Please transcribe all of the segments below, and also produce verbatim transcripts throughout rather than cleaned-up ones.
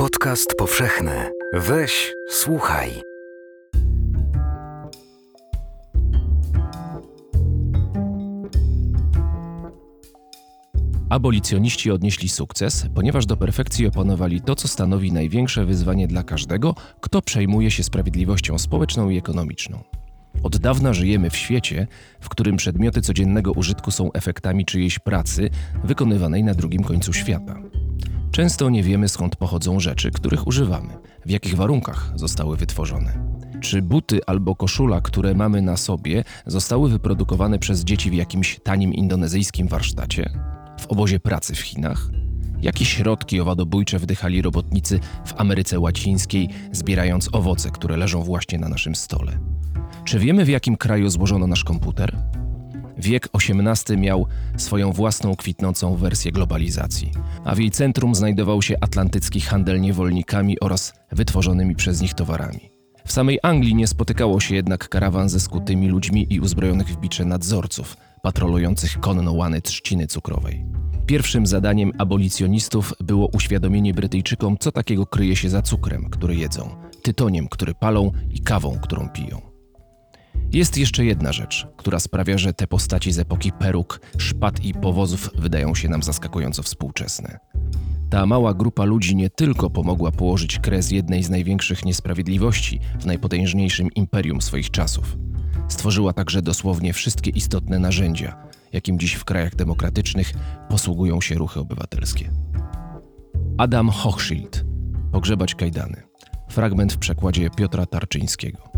Podcast powszechny. Weź, słuchaj. Abolicjoniści odnieśli sukces, ponieważ do perfekcji opanowali to, co stanowi największe wyzwanie dla każdego, kto przejmuje się sprawiedliwością społeczną i ekonomiczną. Od dawna żyjemy w świecie, w którym przedmioty codziennego użytku są efektami czyjejś pracy wykonywanej na drugim końcu świata. Często nie wiemy, skąd pochodzą rzeczy, których używamy, w jakich warunkach zostały wytworzone. Czy buty albo koszula, które mamy na sobie, zostały wyprodukowane przez dzieci w jakimś tanim indonezyjskim warsztacie? W obozie pracy w Chinach? Jakie środki owadobójcze wdychali robotnicy w Ameryce Łacińskiej, zbierając owoce, które leżą właśnie na naszym stole? Czy wiemy, w jakim kraju złożono nasz komputer? Wiek osiemnasty miał swoją własną kwitnącą wersję globalizacji, a w jej centrum znajdował się atlantycki handel niewolnikami oraz wytworzonymi przez nich towarami. W samej Anglii nie spotykało się jednak karawan ze skutymi ludźmi i uzbrojonych w bicze nadzorców, patrolujących konno łany trzciny cukrowej. Pierwszym zadaniem abolicjonistów było uświadomienie Brytyjczykom, co takiego kryje się za cukrem, który jedzą, tytoniem, który palą i kawą, którą piją. Jest jeszcze jedna rzecz, która sprawia, że te postaci z epoki peruk, szpat i powozów wydają się nam zaskakująco współczesne. Ta mała grupa ludzi nie tylko pomogła położyć kres jednej z największych niesprawiedliwości w najpotężniejszym imperium swoich czasów. Stworzyła także dosłownie wszystkie istotne narzędzia, jakim dziś w krajach demokratycznych posługują się ruchy obywatelskie. Adam Hochschild. Pogrzebać kajdany. Fragment w przekładzie Piotra Tarczyńskiego.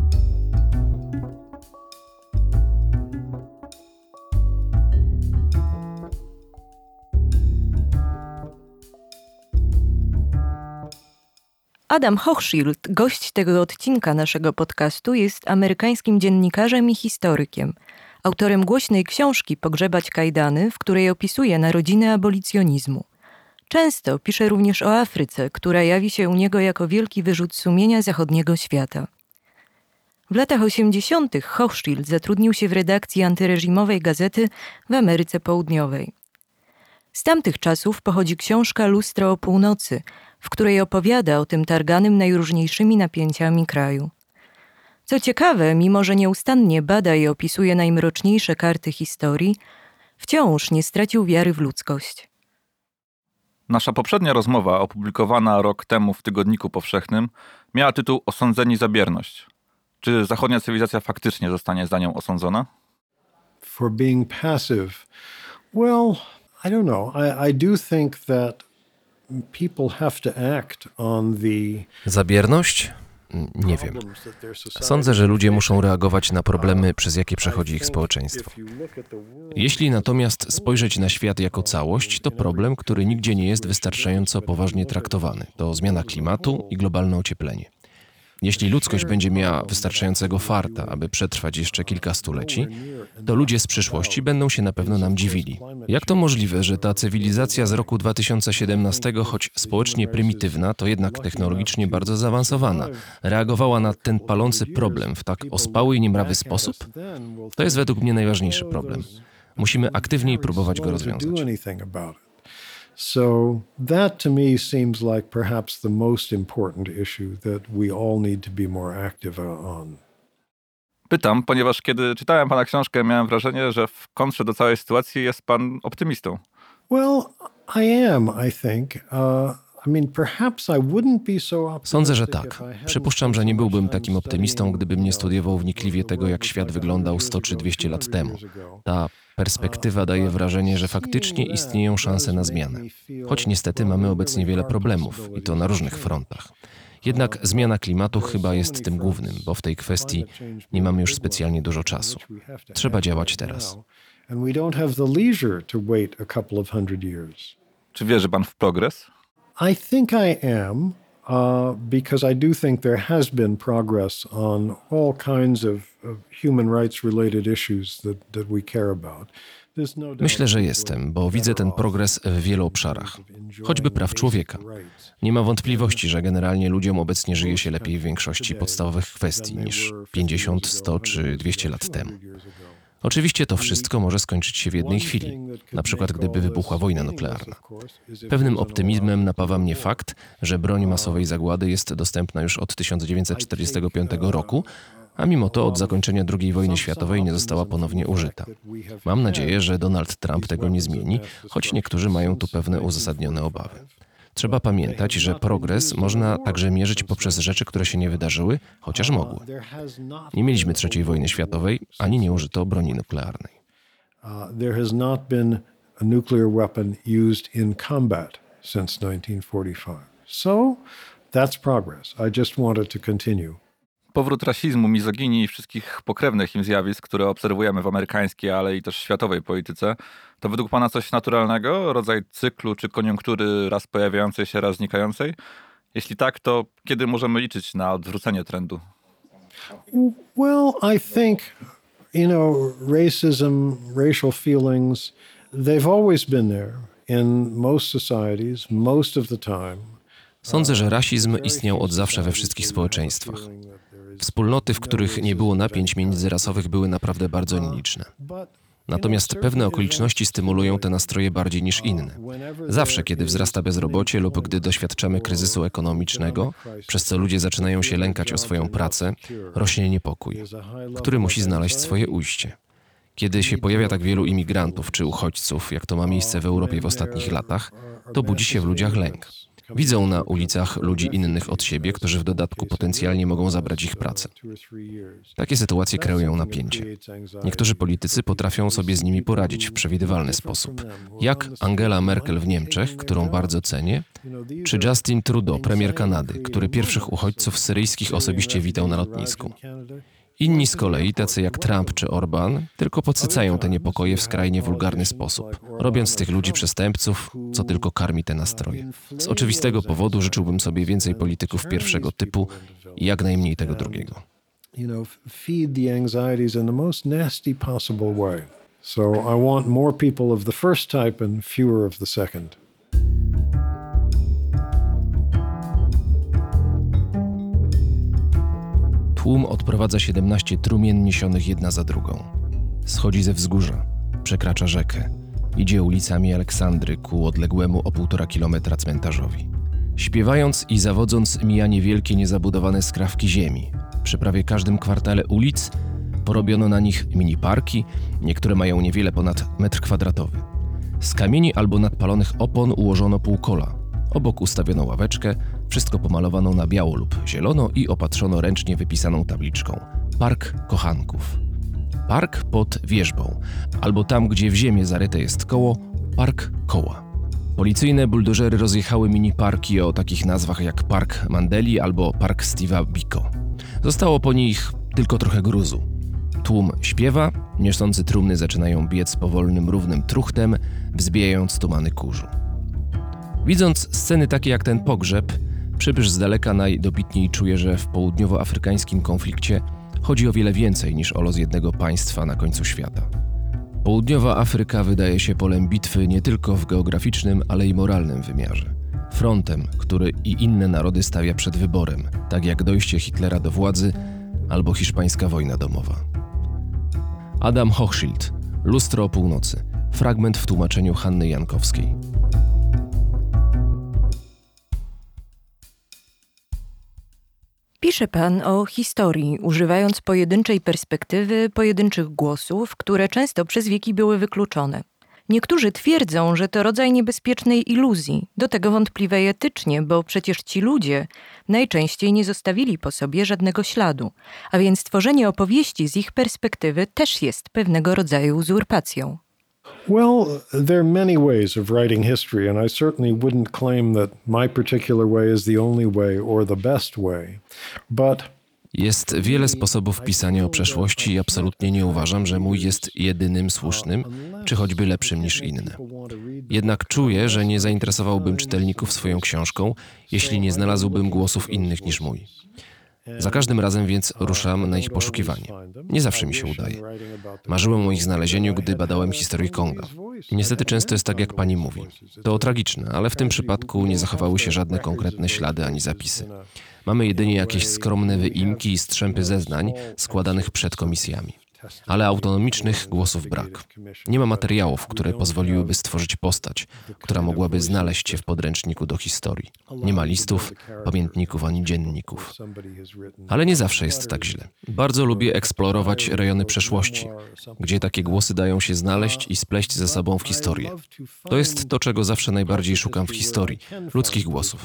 Adam Hochschild, gość tego odcinka naszego podcastu, jest amerykańskim dziennikarzem i historykiem. Autorem głośnej książki Pogrzebać kajdany, w której opisuje narodziny abolicjonizmu. Często pisze również o Afryce, która jawi się u niego jako wielki wyrzut sumienia zachodniego świata. W latach osiemdziesiątych Hochschild zatrudnił się w redakcji antyreżimowej gazety w Ameryce Południowej. Z tamtych czasów pochodzi książka Lustro o północy, w której opowiada o tym targanym najróżniejszymi napięciami kraju. Co ciekawe, mimo że nieustannie bada i opisuje najmroczniejsze karty historii, wciąż nie stracił wiary w ludzkość. Nasza poprzednia rozmowa, opublikowana rok temu w Tygodniku Powszechnym, miała tytuł Osądzeni za bierność. Czy zachodnia cywilizacja faktycznie zostanie za nią osądzona? For being passive, well, I don't know. I, I do think that people have to act on the... Za bierność? Nie wiem. Sądzę, że ludzie muszą reagować na problemy, przez jakie przechodzi ich społeczeństwo. Jeśli natomiast spojrzeć na świat jako całość, to problem, który nigdzie nie jest wystarczająco poważnie traktowany, to zmiana klimatu i globalne ocieplenie. Jeśli ludzkość będzie miała wystarczającego farta, aby przetrwać jeszcze kilka stuleci, to ludzie z przyszłości będą się na pewno nam dziwili. Jak to możliwe, że ta cywilizacja z roku dwa tysiące siedemnastego, choć społecznie prymitywna, to jednak technologicznie bardzo zaawansowana, reagowała na ten palący problem w tak ospały i niemrawy sposób? To jest według mnie najważniejszy problem. Musimy aktywniej próbować go rozwiązać. So that to me seems like perhaps the most important issue that we all need to be more active on. Pytam, ponieważ kiedy czytałem pana książkę, miałem wrażenie, że w kontrze do całej sytuacji jest pan optymistą. Well, I am, I think. Uh... Sądzę, że tak. Przypuszczam, że nie byłbym takim optymistą, gdybym nie studiował wnikliwie tego, jak świat wyglądał sto czy dwieście lat temu. Ta perspektywa daje wrażenie, że faktycznie istnieją szanse na zmianę. Choć niestety mamy obecnie wiele problemów, i to na różnych frontach. Jednak zmiana klimatu chyba jest tym głównym, bo w tej kwestii nie mamy już specjalnie dużo czasu. Trzeba działać teraz. Czy wierzy pan w progres? I think I am, uh, because I do think there has been progress on all kinds of, of human rights related issues that, that we care about. Myślę, że jestem, bo widzę ten progres w wielu obszarach, choćby praw człowieka. Nie ma wątpliwości, że generalnie ludziom obecnie żyje się lepiej w większości podstawowych kwestii niż pięćdziesiąt, sto czy dwieście lat temu. Oczywiście to wszystko może skończyć się w jednej chwili, na przykład gdyby wybuchła wojna nuklearna. Pewnym optymizmem napawa mnie fakt, że broń masowej zagłady jest dostępna już od tysiąc dziewięćset czterdziestego piątego roku, a mimo to od zakończenia drugiej wojny światowej nie została ponownie użyta. Mam nadzieję, że Donald Trump tego nie zmieni, choć niektórzy mają tu pewne uzasadnione obawy. Trzeba pamiętać, że progres można także mierzyć poprzez rzeczy, które się nie wydarzyły, chociaż mogły. Nie mieliśmy trzeciej wojny światowej, ani nie użyto broni nuklearnej. There has not been a nuclear weapon used in combat since nineteen forty-five. So that's progress. I just wanted to continue. Powrót rasizmu, mizoginii i wszystkich pokrewnych im zjawisk, które obserwujemy w amerykańskiej, ale i też światowej polityce, to według pana coś naturalnego? Rodzaj cyklu czy koniunktury raz pojawiającej się, raz znikającej? Jeśli tak, to kiedy możemy liczyć na odwrócenie trendu? Well, I think, you know, racism, racial feelings, they've always been there in most societies, most of the time. Sądzę, że rasizm istniał od zawsze we wszystkich społeczeństwach. Wspólnoty, w których nie było napięć międzyrasowych, były naprawdę bardzo nieliczne. Natomiast pewne okoliczności stymulują te nastroje bardziej niż inne. Zawsze, kiedy wzrasta bezrobocie lub gdy doświadczamy kryzysu ekonomicznego, przez co ludzie zaczynają się lękać o swoją pracę, rośnie niepokój, który musi znaleźć swoje ujście. Kiedy się pojawia tak wielu imigrantów czy uchodźców, jak to ma miejsce w Europie w ostatnich latach, to budzi się w ludziach lęk. Widzą na ulicach ludzi innych od siebie, którzy w dodatku potencjalnie mogą zabrać ich pracę. Takie sytuacje kreują napięcie. Niektórzy politycy potrafią sobie z nimi poradzić w przewidywalny sposób. Jak Angela Merkel w Niemczech, którą bardzo cenię, czy Justin Trudeau, premier Kanady, który pierwszych uchodźców syryjskich osobiście witał na lotnisku. Inni z kolei, tacy jak Trump czy Orban, tylko podsycają te niepokoje w skrajnie wulgarny sposób, robiąc z tych ludzi przestępców, co tylko karmi te nastroje. Z oczywistego powodu życzyłbym sobie więcej polityków pierwszego typu i jak najmniej tego drugiego. You know, feed the anxieties in the most nasty possible way. So I want more people of the first type and fewer of the second. Tłum odprowadza siedemnaście trumien niesionych jedna za drugą. Schodzi ze wzgórza, przekracza rzekę, idzie ulicami Aleksandry ku odległemu o półtora kilometra cmentarzowi. Śpiewając i zawodząc mija niewielkie niezabudowane skrawki ziemi. Przy prawie każdym kwartale ulic porobiono na nich mini parki, niektóre mają niewiele ponad metr kwadratowy. Z kamieni albo nadpalonych opon ułożono półkola. Obok ustawiono ławeczkę, wszystko pomalowano na biało lub zielono i opatrzono ręcznie wypisaną tabliczką Park Kochanków. Park pod wierzbą, albo tam, gdzie w ziemię zaryte jest koło, Park Koła. Policyjne buldożery rozjechały mini parki o takich nazwach jak Park Mandeli albo Park Steve'a Biko. Zostało po nich tylko trochę gruzu. Tłum śpiewa, niosący trumny zaczynają biec powolnym, równym truchtem, wzbijając tumany kurzu. Widząc sceny takie jak ten pogrzeb, przybysz z daleka najdobitniej czuje, że w południowoafrykańskim konflikcie chodzi o wiele więcej niż o los jednego państwa na końcu świata. Południowa Afryka wydaje się polem bitwy nie tylko w geograficznym, ale i moralnym wymiarze. Frontem, który i inne narody stawia przed wyborem, tak jak dojście Hitlera do władzy albo hiszpańska wojna domowa. Adam Hochschild, Lustro o północy. Fragment w tłumaczeniu Hanny Jankowskiej. Pisze pan o historii, używając pojedynczej perspektywy, pojedynczych głosów, które często przez wieki były wykluczone. Niektórzy twierdzą, że to rodzaj niebezpiecznej iluzji, do tego wątpliwej etycznie, bo przecież ci ludzie najczęściej nie zostawili po sobie żadnego śladu, a więc tworzenie opowieści z ich perspektywy też jest pewnego rodzaju uzurpacją. Well, there are many ways of writing history, and I certainly wouldn't claim that my particular way is the only way or the best way. But Jest wiele sposobów pisania o przeszłości i absolutnie nie uważam, że mój jest jedynym słusznym, czy choćby lepszym niż inne. Jednak czuję, że nie zainteresowałbym czytelników swoją książką, jeśli nie znalazłbym głosów innych niż mój. Za każdym razem więc ruszam na ich poszukiwanie. Nie zawsze mi się udaje. Marzyłem o ich znalezieniu, gdy badałem historię Konga. I niestety często jest tak, jak pani mówi. To tragiczne, ale w tym przypadku nie zachowały się żadne konkretne ślady ani zapisy. Mamy jedynie jakieś skromne wyimki i strzępy zeznań składanych przed komisjami. ale autonomicznych głosów brak. Nie ma materiałów, które pozwoliłyby stworzyć postać, która mogłaby znaleźć się w podręczniku do historii. Nie ma listów, pamiętników ani dzienników. Ale nie zawsze jest tak źle. Bardzo lubię eksplorować rejony przeszłości, gdzie takie głosy dają się znaleźć i spleść ze sobą w historię. To jest to, czego zawsze najbardziej szukam w historii, ludzkich głosów.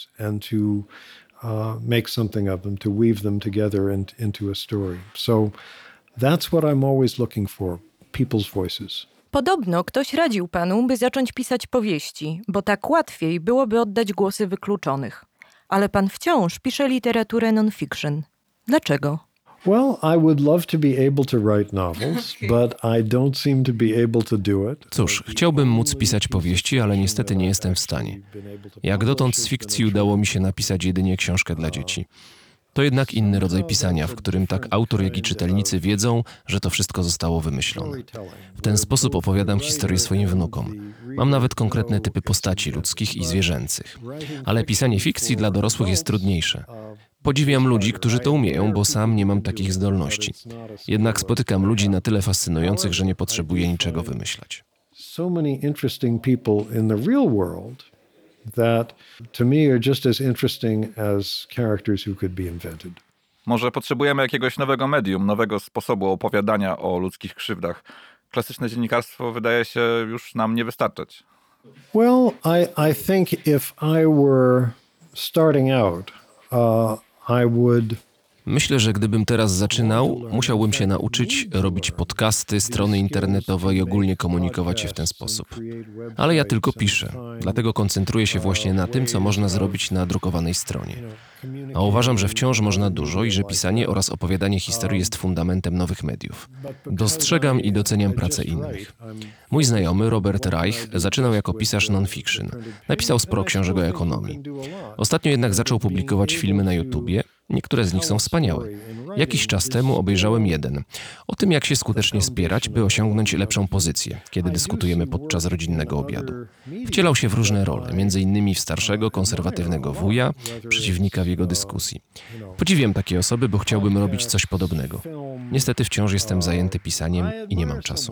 Uh, make something of them, to weave them together in, into a story. So that's what I'm always looking for, people's voices. Podobno ktoś radził panu, by zacząć pisać powieści, bo tak łatwiej byłoby oddać głosy wykluczonych. Ale pan wciąż pisze literaturę non-fiction. Dlaczego? Well, I would love to be able to write novels, but I don't seem to be able to do it. Cóż, chciałbym móc pisać powieści, ale niestety nie jestem w stanie. Jak dotąd z fikcji udało mi się napisać jedynie książkę dla dzieci. To jednak inny rodzaj pisania, w którym tak autor, jak i czytelnicy wiedzą, że to wszystko zostało wymyślone. W ten sposób opowiadam historię swoim wnukom. Mam nawet konkretne typy postaci ludzkich i zwierzęcych. Ale pisanie fikcji dla dorosłych jest trudniejsze. Podziwiam ludzi, którzy to umieją, bo sam nie mam takich zdolności. Jednak spotykam ludzi na tyle fascynujących, że nie potrzebuję niczego wymyślać. So many interesting people in the real world that to me are just as interesting as characters who could be invented. Może potrzebujemy jakiegoś nowego medium, nowego sposobu opowiadania o ludzkich krzywdach. Klasyczne dziennikarstwo wydaje się już nam nie wystarczać. Well, I, I think if I were starting out, uh, I would... Myślę, że gdybym teraz zaczynał, musiałbym się nauczyć robić podcasty, strony internetowe i ogólnie komunikować się w ten sposób. Ale ja tylko piszę, dlatego koncentruję się właśnie na tym, co można zrobić na drukowanej stronie. A uważam, że wciąż można dużo i że pisanie oraz opowiadanie historii jest fundamentem nowych mediów. Dostrzegam i doceniam pracę innych. Mój znajomy Robert Reich zaczynał jako pisarz non-fiction. Napisał sporo książek o ekonomii. Ostatnio jednak zaczął publikować filmy na YouTubie. Niektóre z nich są wspaniałe. Jakiś czas temu obejrzałem jeden. O tym, jak się skutecznie spierać, by osiągnąć lepszą pozycję, kiedy dyskutujemy podczas rodzinnego obiadu. Wcielał się w różne role, między innymi w starszego, konserwatywnego wuja, przeciwnika w jego dyskusji. Podziwiam takie osoby, bo chciałbym robić coś podobnego. Niestety wciąż jestem zajęty pisaniem i nie mam czasu.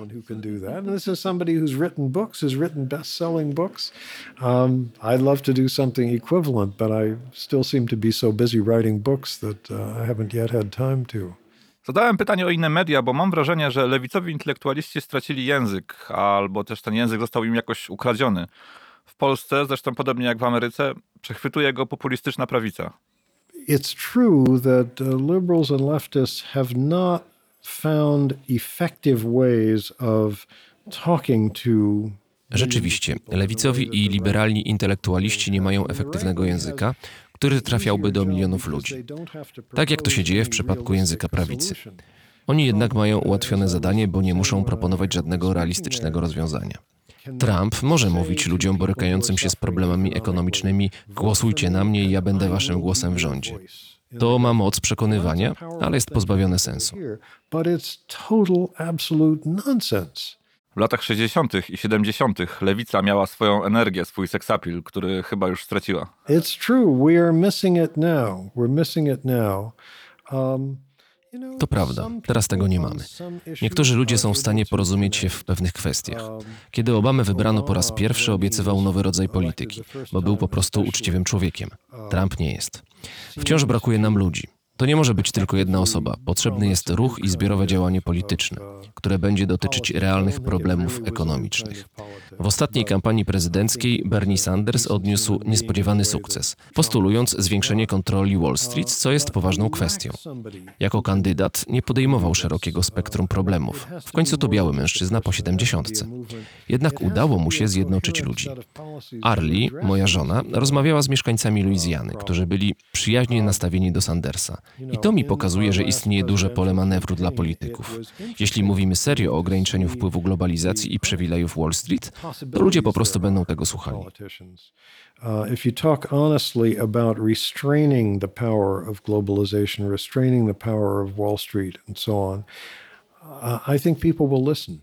I'd love to do something equivalent, but I still seem to be so busy writing books that uh, I haven't yet had time to. Zadałem pytanie o inne media, bo mam wrażenie, że lewicowi intelektualiści stracili język, albo też ten język został im jakoś ukradziony. W Polsce, zresztą podobnie jak w Ameryce, przechwytuje go populistyczna prawica. It's true that uh, liberals and leftists have not found effective ways of talking to. Rzeczywiście, lewicowi i liberalni intelektualiści nie mają efektywnego języka, który trafiałby do milionów ludzi. Tak jak to się dzieje w przypadku języka prawicy. Oni jednak mają ułatwione zadanie, bo nie muszą proponować żadnego realistycznego rozwiązania. Trump może mówić ludziom borykającym się z problemami ekonomicznymi: głosujcie na mnie i ja będę waszym głosem w rządzie. To ma moc przekonywania, ale jest pozbawione sensu. W latach sześćdziesiątych i siedemdziesiątych lewica miała swoją energię, swój seksapil, który chyba już straciła. It's true. We are missing it now. We're missing it now. Um, To prawda, teraz tego nie mamy. Niektórzy ludzie są w stanie porozumieć się w pewnych kwestiach. Kiedy Obamę wybrano po raz pierwszy, obiecywał nowy rodzaj polityki, bo był po prostu uczciwym człowiekiem. Trump nie jest. Wciąż brakuje nam ludzi. To nie może być tylko jedna osoba. Potrzebny jest ruch i zbiorowe działanie polityczne, które będzie dotyczyć realnych problemów ekonomicznych. W ostatniej kampanii prezydenckiej Bernie Sanders odniósł niespodziewany sukces, postulując zwiększenie kontroli Wall Street, co jest poważną kwestią. Jako kandydat nie podejmował szerokiego spektrum problemów. W końcu to biały mężczyzna po siedemdziesiątce. Jednak udało mu się zjednoczyć ludzi. Arlie, moja żona, rozmawiała z mieszkańcami Luizjany, którzy byli przyjaźnie nastawieni do Sandersa. I to mi pokazuje, że istnieje duże pole manewru dla polityków. Jeśli mówimy serio o ograniczeniu wpływu globalizacji i przywilejów Wall Street, to ludzie po prostu będą tego słuchali. If you talk honestly about restraining the power of globalization, restraining the power of Wall Street and so on, I think people will listen.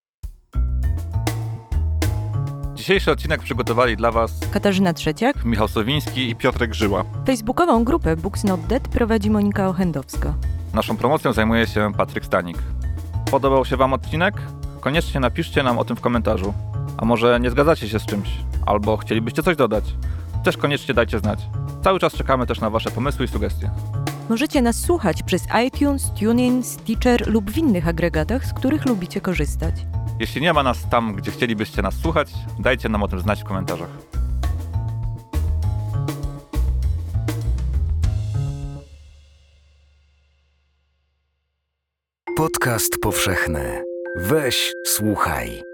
Dzisiejszy odcinek przygotowali dla Was Katarzyna Trzeciak, Michał Sowiński i Piotrek Żyła. Facebookową grupę Books Not Dead prowadzi Monika Ochendowska. Naszą promocją zajmuje się Patryk Stanik. Podobał się Wam odcinek? Koniecznie napiszcie nam o tym w komentarzu. A może nie zgadzacie się z czymś? Albo chcielibyście coś dodać? Też koniecznie dajcie znać. Cały czas czekamy też na Wasze pomysły i sugestie. Możecie nas słuchać przez iTunes, TuneIn, Stitcher lub w innych agregatach, z których lubicie korzystać. Jeśli nie ma nas tam, gdzie chcielibyście nas słuchać, dajcie nam o tym znać w komentarzach. Podcast powszechny. Weź, słuchaj.